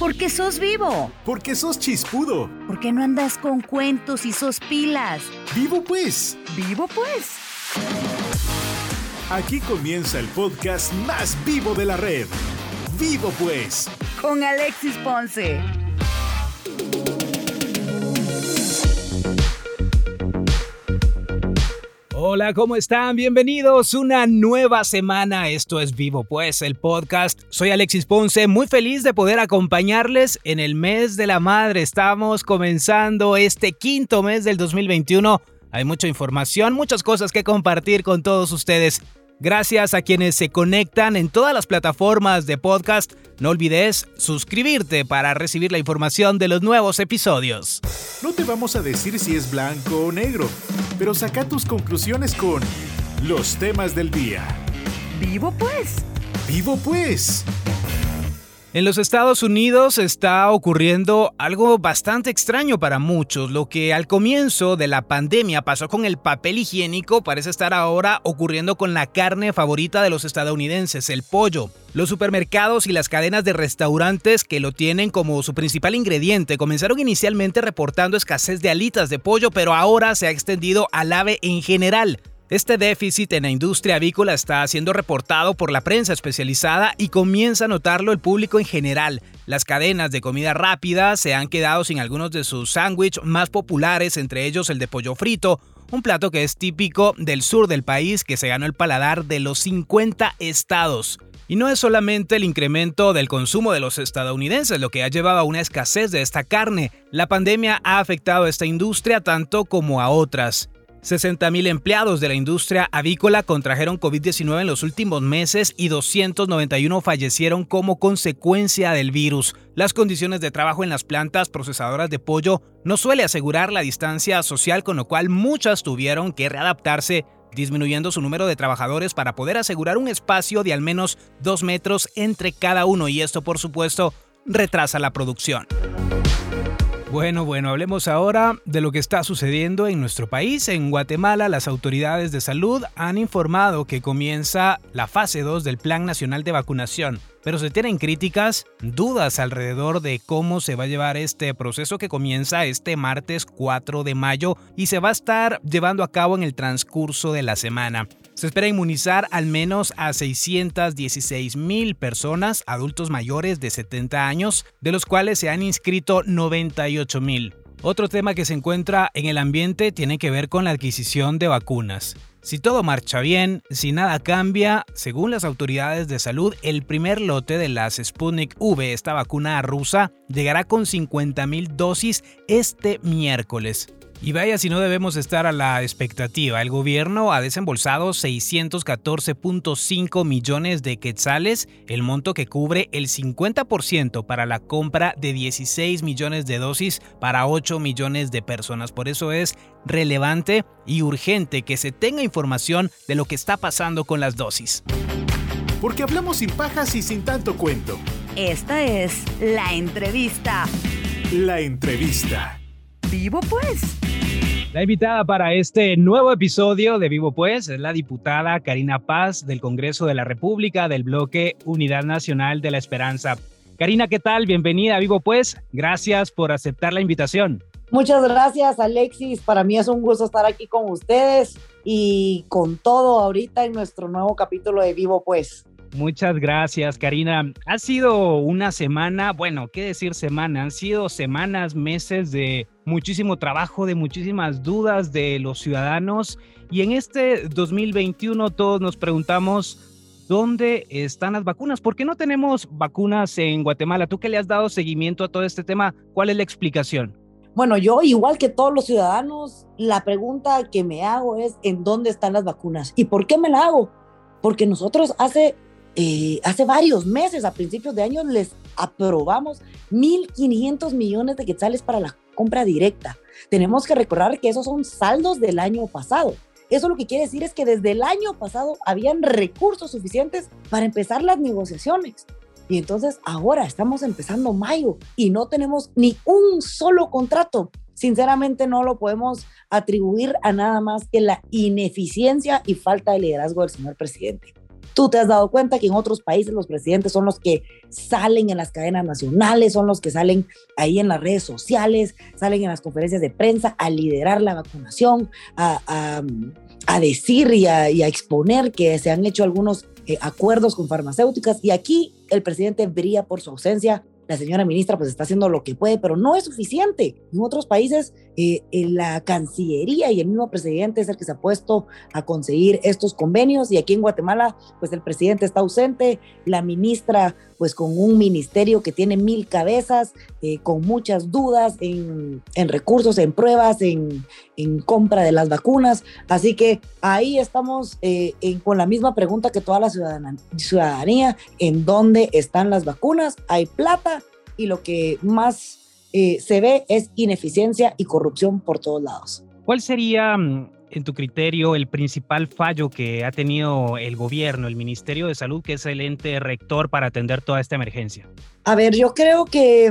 Porque sos vivo. Porque sos chispudo. Porque no andas con cuentos y sos pilas. ¡Vivo pues! ¡Vivo pues! Aquí comienza el podcast más vivo de la red. ¡Vivo pues! Con Alexis Ponce. Hola, ¿cómo están? Bienvenidos una nueva semana. Esto es Vivo Pues, el podcast. Soy Alexis Ponce, muy feliz de poder acompañarles en el mes de la madre. Estamos comenzando este quinto mes del 2021. Hay mucha información, muchas cosas que compartir con todos ustedes. Gracias a quienes se conectan en todas las plataformas de podcast. No olvides suscribirte para recibir la información de los nuevos episodios. No te vamos a decir si es blanco o negro, pero saca tus conclusiones con los temas del día. ¡Vivo pues! ¡Vivo pues! En los Estados Unidos está ocurriendo algo bastante extraño para muchos. Lo que al comienzo de la pandemia pasó con el papel higiénico parece estar ahora ocurriendo con la carne favorita de los estadounidenses, el pollo. Los supermercados y las cadenas de restaurantes que lo tienen como su principal ingrediente comenzaron inicialmente reportando escasez de alitas de pollo, pero ahora se ha extendido al ave en general. Este déficit en la industria avícola está siendo reportado por la prensa especializada y comienza a notarlo el público en general. Las cadenas de comida rápida se han quedado sin algunos de sus sándwiches más populares, entre ellos el de pollo frito, un plato que es típico del sur del país que se ganó el paladar de los 50 estados. Y no es solamente el incremento del consumo de los estadounidenses lo que ha llevado a una escasez de esta carne. La pandemia ha afectado a esta industria tanto como a otras. 60,000 empleados de la industria avícola contrajeron COVID-19 en los últimos meses y 291 fallecieron como consecuencia del virus. Las condiciones de trabajo en las plantas procesadoras de pollo no suele asegurar la distancia social, con lo cual muchas tuvieron que readaptarse, disminuyendo su número de trabajadores para poder asegurar un espacio de al menos 2 metros entre cada uno, y esto, por supuesto, retrasa la producción. Bueno, hablemos ahora de lo que está sucediendo en nuestro país. En Guatemala, las autoridades de salud han informado que comienza la fase 2 del Plan Nacional de Vacunación, pero se tienen críticas, dudas alrededor de cómo se va a llevar este proceso que comienza este martes 4 de mayo y se va a estar llevando a cabo en el transcurso de la semana. Se espera inmunizar al menos a 616,000 personas, adultos mayores de 70 años, de los cuales se han inscrito 98,000. Otro tema que se encuentra en el ambiente tiene que ver con la adquisición de vacunas. Si todo marcha bien, si nada cambia, según las autoridades de salud, el primer lote de las Sputnik V, esta vacuna rusa, llegará con 50,000 dosis este miércoles. Y vaya si no debemos estar a la expectativa. El gobierno ha desembolsado 614.5 millones de quetzales, el monto que cubre el 50% para la compra de 16 millones de dosis para 8 millones de personas. Por eso es relevante y urgente que se tenga información de lo que está pasando con las dosis. Porque hablamos sin pajas y sin tanto cuento. Esta es la entrevista. La entrevista. ¡Vivo pues! La invitada para este nuevo episodio de Vivo Pues es la diputada Karina Paz del Congreso de la República del bloque Unidad Nacional de la Esperanza. Karina, ¿qué tal? Bienvenida a Vivo Pues. Gracias por aceptar la invitación. Muchas gracias, Alexis. Para mí es un gusto estar aquí con ustedes y con todo ahorita en nuestro nuevo capítulo de Vivo Pues. Muchas gracias, Karina. Ha sido una semana, bueno, ¿qué decir semana? Han sido semanas, meses de muchísimo trabajo, de muchísimas dudas de los ciudadanos. Y en este 2021 todos nos preguntamos, ¿dónde están las vacunas? ¿Por qué no tenemos vacunas en Guatemala? Tú que le has dado seguimiento a todo este tema, ¿cuál es la explicación? Bueno, yo, igual que todos los ciudadanos, la pregunta que me hago es, ¿en dónde están las vacunas? ¿Y por qué me la hago? Porque nosotros hace varios meses, a principios de año, les aprobamos 1,500 millones de quetzales para la compra directa. Tenemos que recordar que esos son saldos del año pasado. Eso lo que quiere decir es que desde el año pasado habían recursos suficientes para empezar las negociaciones. Y entonces ahora estamos empezando mayo y no tenemos ni un solo contrato. Sinceramente no lo podemos atribuir a nada más que la ineficiencia y falta de liderazgo del señor presidente. Tú te has dado cuenta que en otros países los presidentes son los que salen en las cadenas nacionales, son los que salen ahí en las redes sociales, salen en las conferencias de prensa a liderar la vacunación, a decir y a exponer que se han hecho algunos acuerdos con farmacéuticas, y aquí el presidente brilla por su ausencia. La señora ministra pues está haciendo lo que puede, pero no es suficiente. En otros países la Cancillería y el mismo presidente es el que se ha puesto a conseguir estos convenios, y aquí en Guatemala pues el presidente está ausente, la ministra pues con un ministerio que tiene 1000 cabezas, con muchas dudas en recursos, en pruebas, en compra de las vacunas. Así que ahí estamos con la misma pregunta que toda la ciudadanía: ¿en dónde están las vacunas? Hay plata, y lo que más se ve es ineficiencia y corrupción por todos lados. ¿Cuál sería, en tu criterio, el principal fallo que ha tenido el gobierno, el Ministerio de Salud, que es el ente rector para atender toda esta emergencia? A ver, yo creo que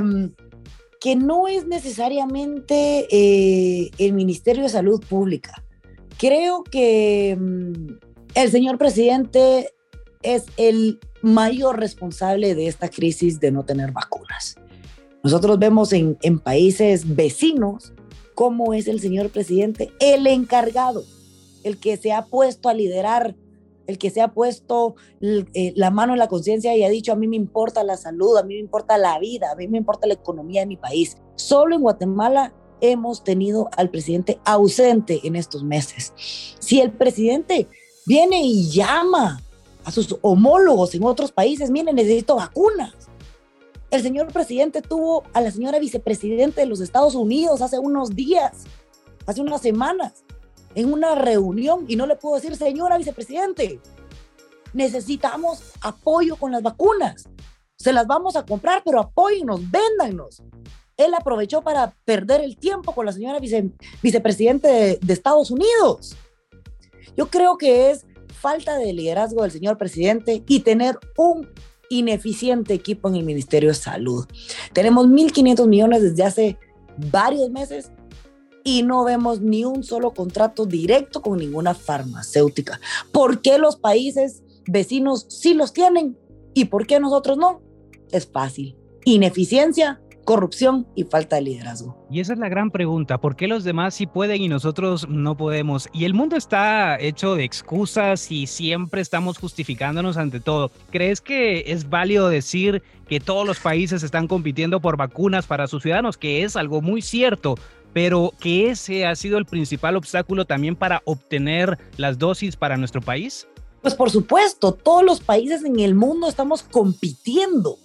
no es necesariamente el Ministerio de Salud Pública. Creo que el señor presidente es el mayor responsable de esta crisis de no tener vacunas. Nosotros vemos en países vecinos cómo es el señor presidente el encargado, el que se ha puesto a liderar, el que se ha puesto la mano en la conciencia y ha dicho: a mí me importa la salud, a mí me importa la vida, a mí me importa la economía de mi país. Solo en Guatemala hemos tenido al presidente ausente en estos meses. Si el presidente viene y llama a sus homólogos en otros países: miren, necesito vacunas. El señor presidente tuvo a la señora vicepresidenta de los Estados Unidos hace unos días, hace unas semanas, en una reunión, y no le puedo decir: señora vicepresidente, necesitamos apoyo con las vacunas, se las vamos a comprar, pero apóyennos, véndanos. Él aprovechó para perder el tiempo con la señora vicepresidente de Estados Unidos. Yo creo que es falta de liderazgo del señor presidente y tener un ineficiente equipo en el Ministerio de Salud. Tenemos 1.500 millones desde hace varios meses y no vemos ni un solo contrato directo con ninguna farmacéutica. ¿Por qué los países vecinos sí los tienen y por qué nosotros no? Es fácil: ineficiencia, corrupción y falta de liderazgo. Y esa es la gran pregunta: ¿por qué los demás sí pueden y nosotros no podemos? Y el mundo está hecho de excusas y siempre estamos justificándonos ante todo. ¿Crees que es válido decir que todos los países están compitiendo por vacunas para sus ciudadanos? Que es algo muy cierto, pero que ese ha sido el principal obstáculo también para obtener las dosis para nuestro país. Pues por supuesto, todos los países en el mundo estamos compitiendo.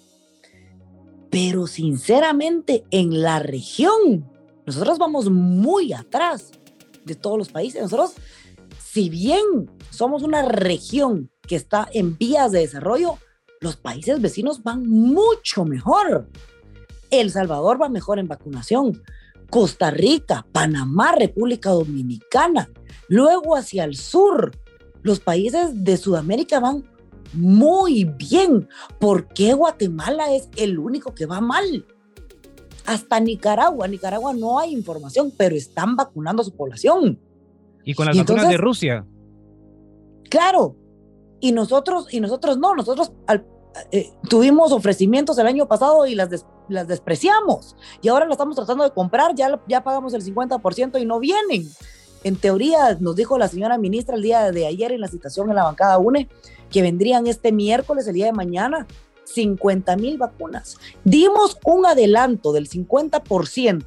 Pero sinceramente, en la región, nosotros vamos muy atrás de todos los países. Nosotros, si bien somos una región que está en vías de desarrollo, los países vecinos van mucho mejor. El Salvador va mejor en vacunación, Costa Rica, Panamá, República Dominicana. Luego hacia el sur, los países de Sudamérica van muy bien. ¿Por qué Guatemala es el único que va mal? Hasta Nicaragua no hay información, pero están vacunando a su población. Y con las vacunas de Rusia. Claro, y nosotros no, nosotros tuvimos ofrecimientos el año pasado y las despreciamos, y ahora las estamos tratando de comprar, ya pagamos el 50% y no vienen. En teoría, nos dijo la señora ministra el día de ayer en la citación en la bancada UNE, que vendrían este miércoles, el día de mañana, 50,000 vacunas. Dimos un adelanto del 50%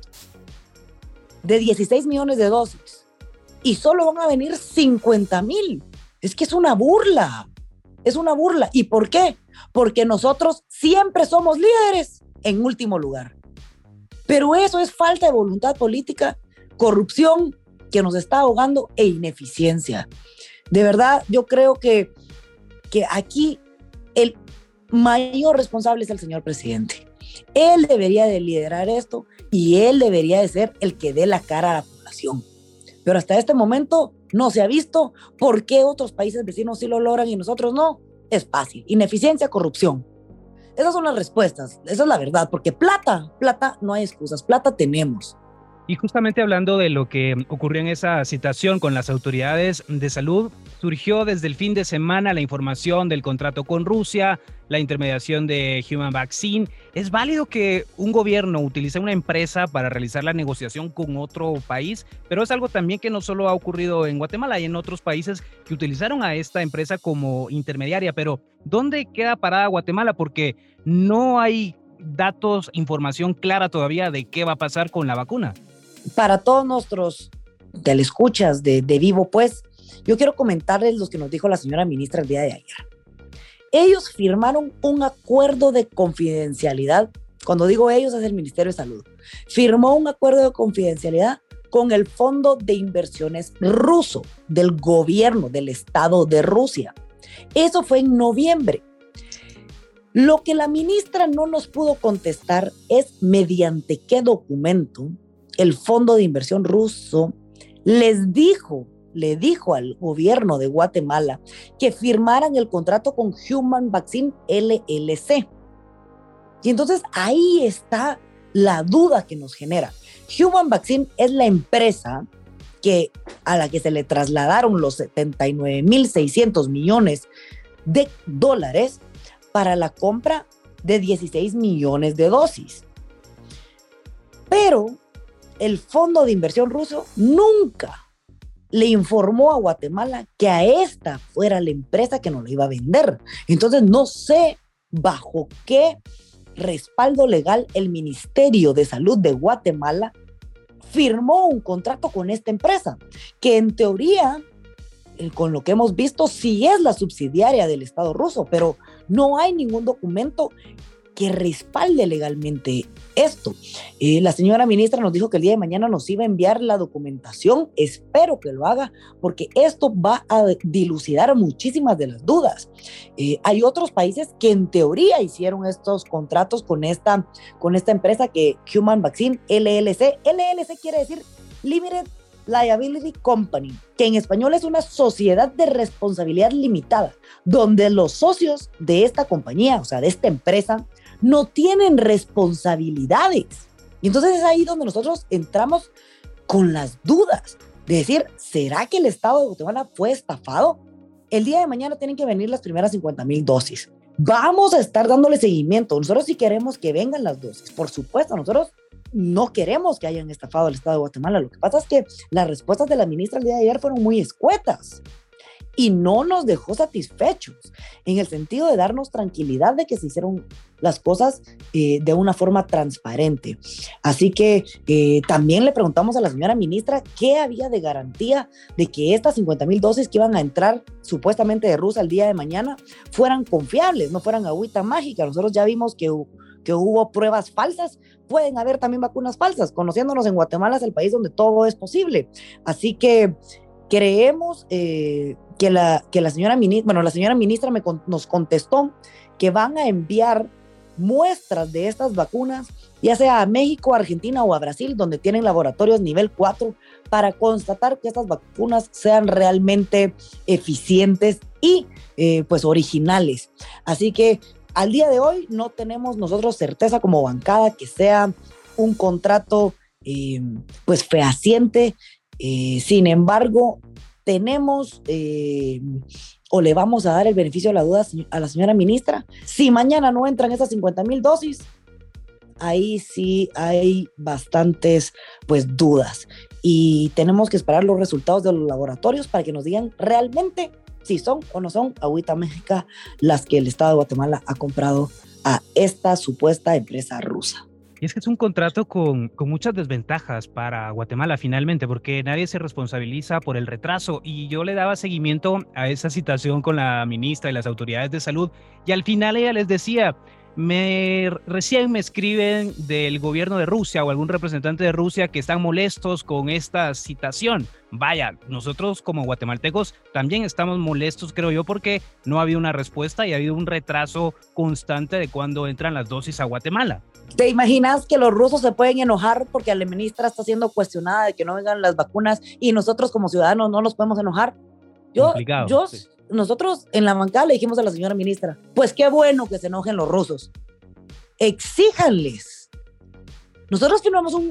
de 16 millones de dosis y solo van a venir 50,000. Es que es una burla. ¿Y por qué? Porque nosotros siempre somos líderes en último lugar. Pero eso es falta de voluntad política, corrupción que nos está ahogando e ineficiencia. De verdad, yo creo que aquí el mayor responsable es el señor presidente. Él debería de liderar esto y él debería de ser el que dé la cara a la población. Pero hasta este momento no se ha visto. ¿Por qué otros países vecinos sí lo logran y nosotros no? Es fácil: ineficiencia, corrupción. Esas son las respuestas, esa es la verdad, porque plata no hay excusas, plata tenemos. Y justamente hablando de lo que ocurrió en esa citación con las autoridades de salud, surgió desde el fin de semana la información del contrato con Rusia, la intermediación de Human Vaccine. ¿Es válido que un gobierno utilice una empresa para realizar la negociación con otro país? Pero es algo también que no solo ha ocurrido en Guatemala y en otros países que utilizaron a esta empresa como intermediaria. Pero ¿dónde queda parada Guatemala? Porque no hay datos, información clara todavía de qué va a pasar con la vacuna. Para todos nuestros telescuchas de Vivo, pues, yo quiero comentarles lo que nos dijo la señora ministra el día de ayer. Ellos firmaron un acuerdo de confidencialidad. Cuando digo ellos, es el Ministerio de Salud. Firmó un acuerdo de confidencialidad con el Fondo de Inversiones ruso, del gobierno del Estado de Rusia. Eso fue en noviembre. Lo que la ministra no nos pudo contestar es mediante qué documento el Fondo de Inversión ruso le dijo al gobierno de Guatemala que firmaran el contrato con Human Vaccine LLC. Y entonces ahí está la duda que nos genera. Human Vaccine es la empresa a la que se le trasladaron los 79.600 millones de dólares para la compra de 16 millones de dosis. Pero el Fondo de Inversión ruso nunca le informó a Guatemala que a esta fuera la empresa que nos lo iba a vender. Entonces no sé bajo qué respaldo legal el Ministerio de Salud de Guatemala firmó un contrato con esta empresa, que en teoría, con lo que hemos visto, sí es la subsidiaria del Estado ruso, pero no hay ningún documento que respalde legalmente esto. La señora ministra nos dijo que el día de mañana nos iba a enviar la documentación. Espero que lo haga, porque esto va a dilucidar muchísimas de las dudas. Hay otros países que en teoría hicieron estos contratos con esta empresa, que Human Vaccine LLC. LLC quiere decir Limited Liability Company, que en español es una sociedad de responsabilidad limitada, donde los socios de esta compañía, o sea, de esta empresa, no tienen responsabilidades. Y entonces es ahí donde nosotros entramos con las dudas de decir, ¿será que el Estado de Guatemala fue estafado? El día de mañana tienen que venir las primeras 50,000 dosis. Vamos a estar dándole seguimiento. Nosotros sí queremos que vengan las dosis. Por supuesto, nosotros no queremos que hayan estafado al Estado de Guatemala. Lo que pasa es que las respuestas de la ministra el día de ayer fueron muy escuetas y no nos dejó satisfechos, en el sentido de darnos tranquilidad de que se hicieron las cosas de una forma transparente. Así que también le preguntamos a la señora ministra qué había de garantía de que estas 50,000 dosis que iban a entrar supuestamente de Rusia el día de mañana fueran confiables, no fueran agüita mágica. Nosotros ya vimos que hubo pruebas falsas. Pueden haber también vacunas falsas. Conociéndonos, en Guatemala es el país donde todo es posible. Así que creemos que la señora ministra nos contestó que van a enviar muestras de estas vacunas, ya sea a México, a Argentina o a Brasil, donde tienen laboratorios nivel 4, para constatar que estas vacunas sean realmente eficientes y pues originales. Así que al día de hoy no tenemos nosotros certeza como bancada que sea un contrato pues fehaciente. Sin embargo, tenemos o le vamos a dar el beneficio de la duda a la señora ministra. Si mañana no entran esas 50,000 dosis, ahí sí hay bastantes pues dudas, y tenemos que esperar los resultados de los laboratorios para que nos digan realmente si son o no son agüita mágica las que el Estado de Guatemala ha comprado a esta supuesta empresa rusa. Y es que es un contrato con muchas desventajas para Guatemala finalmente, porque nadie se responsabiliza por el retraso. Y yo le daba seguimiento a esa citación con la ministra y las autoridades de salud, y al final ella les decía, recién me escriben del gobierno de Rusia o algún representante de Rusia que están molestos con esta citación. Vaya, nosotros como guatemaltecos también estamos molestos, creo yo, porque no ha habido una respuesta y ha habido un retraso constante de cuando entran las dosis a Guatemala. ¿Te imaginas que los rusos se pueden enojar porque la ministra está siendo cuestionada de que no vengan las vacunas y nosotros como ciudadanos no nos podemos enojar? Sí. Nosotros en la bancada le dijimos a la señora ministra, pues qué bueno que se enojen los rusos. Exíjanles. Nosotros firmamos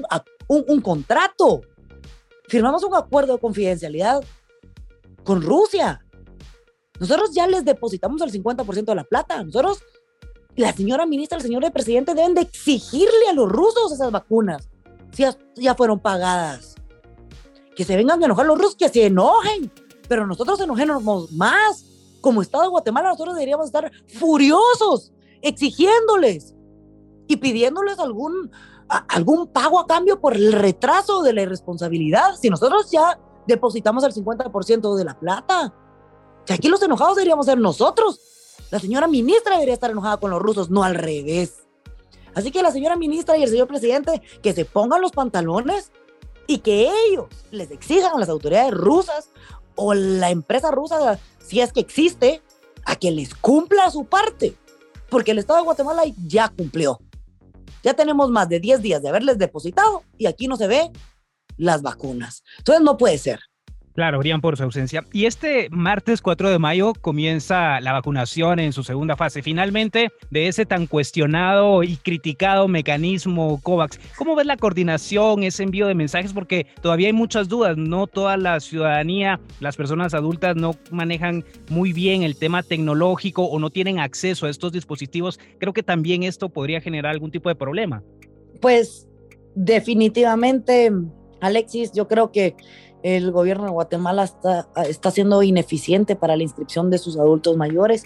un contrato. Firmamos un acuerdo de confidencialidad con Rusia. Nosotros ya les depositamos el 50% de la plata. Nosotros, la señora ministra, el señor presidente deben de exigirle a los rusos esas vacunas. Si ya fueron pagadas. Que se vengan a enojar los rusos, que se enojen. Pero nosotros enojemos más. Como Estado de Guatemala, nosotros deberíamos estar furiosos, exigiéndoles y pidiéndoles algún pago a cambio por el retraso de la irresponsabilidad. Si nosotros ya depositamos el 50% de la plata, que aquí los enojados deberíamos ser nosotros. La señora ministra debería estar enojada con los rusos, no al revés. Así que la señora ministra y el señor presidente que se pongan los pantalones y que ellos les exijan a las autoridades rusas o la empresa rusa, si es que existe, a que les cumpla su parte. Porque el Estado de Guatemala ya cumplió. Ya tenemos más de 10 días de haberles depositado y aquí no se ve las vacunas. Entonces no puede ser. Claro, brillan por su ausencia. Y este martes 4 de mayo comienza la vacunación en su segunda fase. Finalmente, de ese tan cuestionado y criticado mecanismo COVAX, ¿cómo ves la coordinación, ese envío de mensajes? Porque todavía hay muchas dudas. No toda la ciudadanía, las personas adultas no manejan muy bien el tema tecnológico o no tienen acceso a estos dispositivos. Creo que también esto podría generar algún tipo de problema. Pues definitivamente, Alexis, yo creo que el gobierno de Guatemala está siendo ineficiente para la inscripción de sus adultos mayores.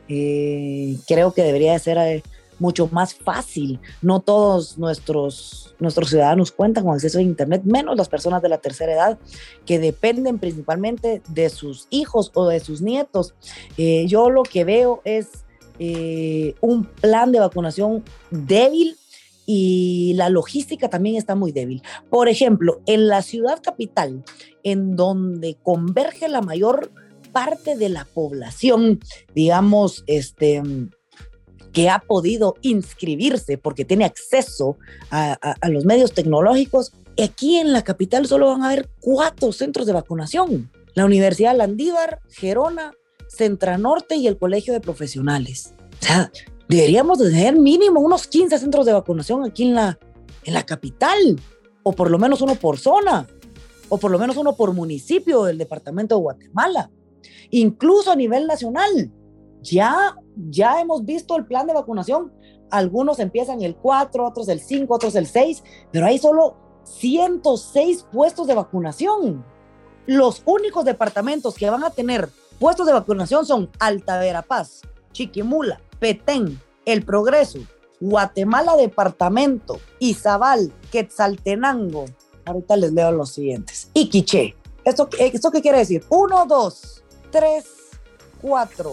Creo que debería de ser mucho más fácil. No todos nuestros ciudadanos cuentan con acceso a Internet, menos las personas de la tercera edad, que dependen principalmente de sus hijos o de sus nietos. Yo lo que veo es un plan de vacunación débil, y la logística también está muy débil. Por ejemplo, en la ciudad capital, en donde converge la mayor parte de la población, digamos, que ha podido inscribirse porque tiene acceso a los medios tecnológicos, aquí en la capital solo van a haber 4 centros de vacunación. La Universidad Landívar, Gerona, Centranorte y el Colegio de Profesionales. O sea, deberíamos de tener mínimo unos 15 centros de vacunación aquí en la capital, o por lo menos uno por zona, o por lo menos uno por municipio del departamento de Guatemala. Incluso a nivel nacional, ya hemos visto el plan de vacunación. Algunos empiezan el 4, otros el 5, otros el 6, pero hay solo 106 puestos de vacunación. Los únicos departamentos que van a tener puestos de vacunación son Alta Verapaz, Chiquimula, Petén, El Progreso, Guatemala Departamento, Izabal, Quetzaltenango. Ahorita les leo los siguientes. Y Quiché. ¿Esto qué quiere decir? 1, 2, 3, 4,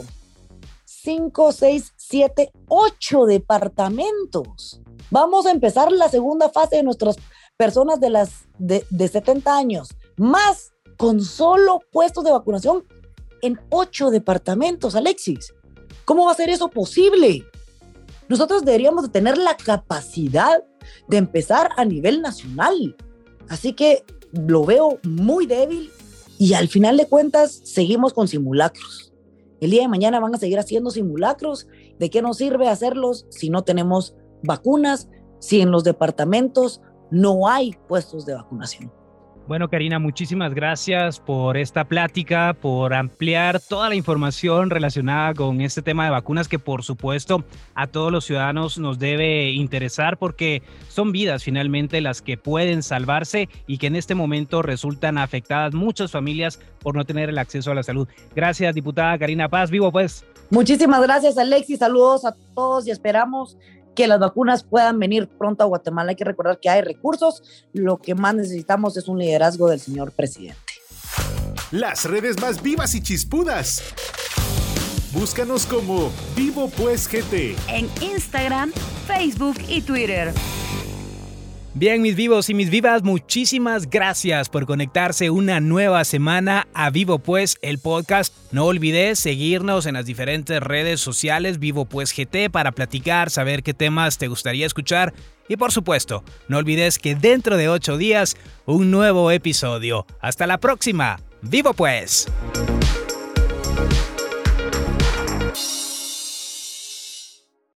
5, 6, 7, 8 departamentos. Vamos a empezar la segunda fase de nuestras personas de 70 años, más con solo puestos de vacunación en 8 departamentos, Alexis. ¿Cómo va a ser eso posible? Nosotros deberíamos de tener la capacidad de empezar a nivel nacional. Así que lo veo muy débil y al final de cuentas seguimos con simulacros. El día de mañana van a seguir haciendo simulacros. ¿De qué nos sirve hacerlos si no tenemos vacunas, si en los departamentos no hay puestos de vacunación? Bueno, Karina, muchísimas gracias por esta plática, por ampliar toda la información relacionada con este tema de vacunas que, por supuesto, a todos los ciudadanos nos debe interesar porque son vidas finalmente las que pueden salvarse y que en este momento resultan afectadas muchas familias por no tener el acceso a la salud. Gracias, diputada Karina Paz. Vivo pues. Muchísimas gracias, Alexis. Saludos a todos y esperamos que las vacunas puedan venir pronto a Guatemala. Hay que recordar que hay recursos. Lo que más necesitamos es un liderazgo del señor presidente. Las redes más vivas y chispudas. Búscanos como Vivo Pues GT. En Instagram, Facebook y Twitter. Bien, mis vivos y mis vivas, muchísimas gracias por conectarse una nueva semana a Vivo Pues, el podcast. No olvides seguirnos en las diferentes redes sociales Vivo Pues GT para platicar, saber qué temas te gustaría escuchar. Y por supuesto, no olvides que dentro de 8 días, un nuevo episodio. Hasta la próxima. ¡Vivo Pues!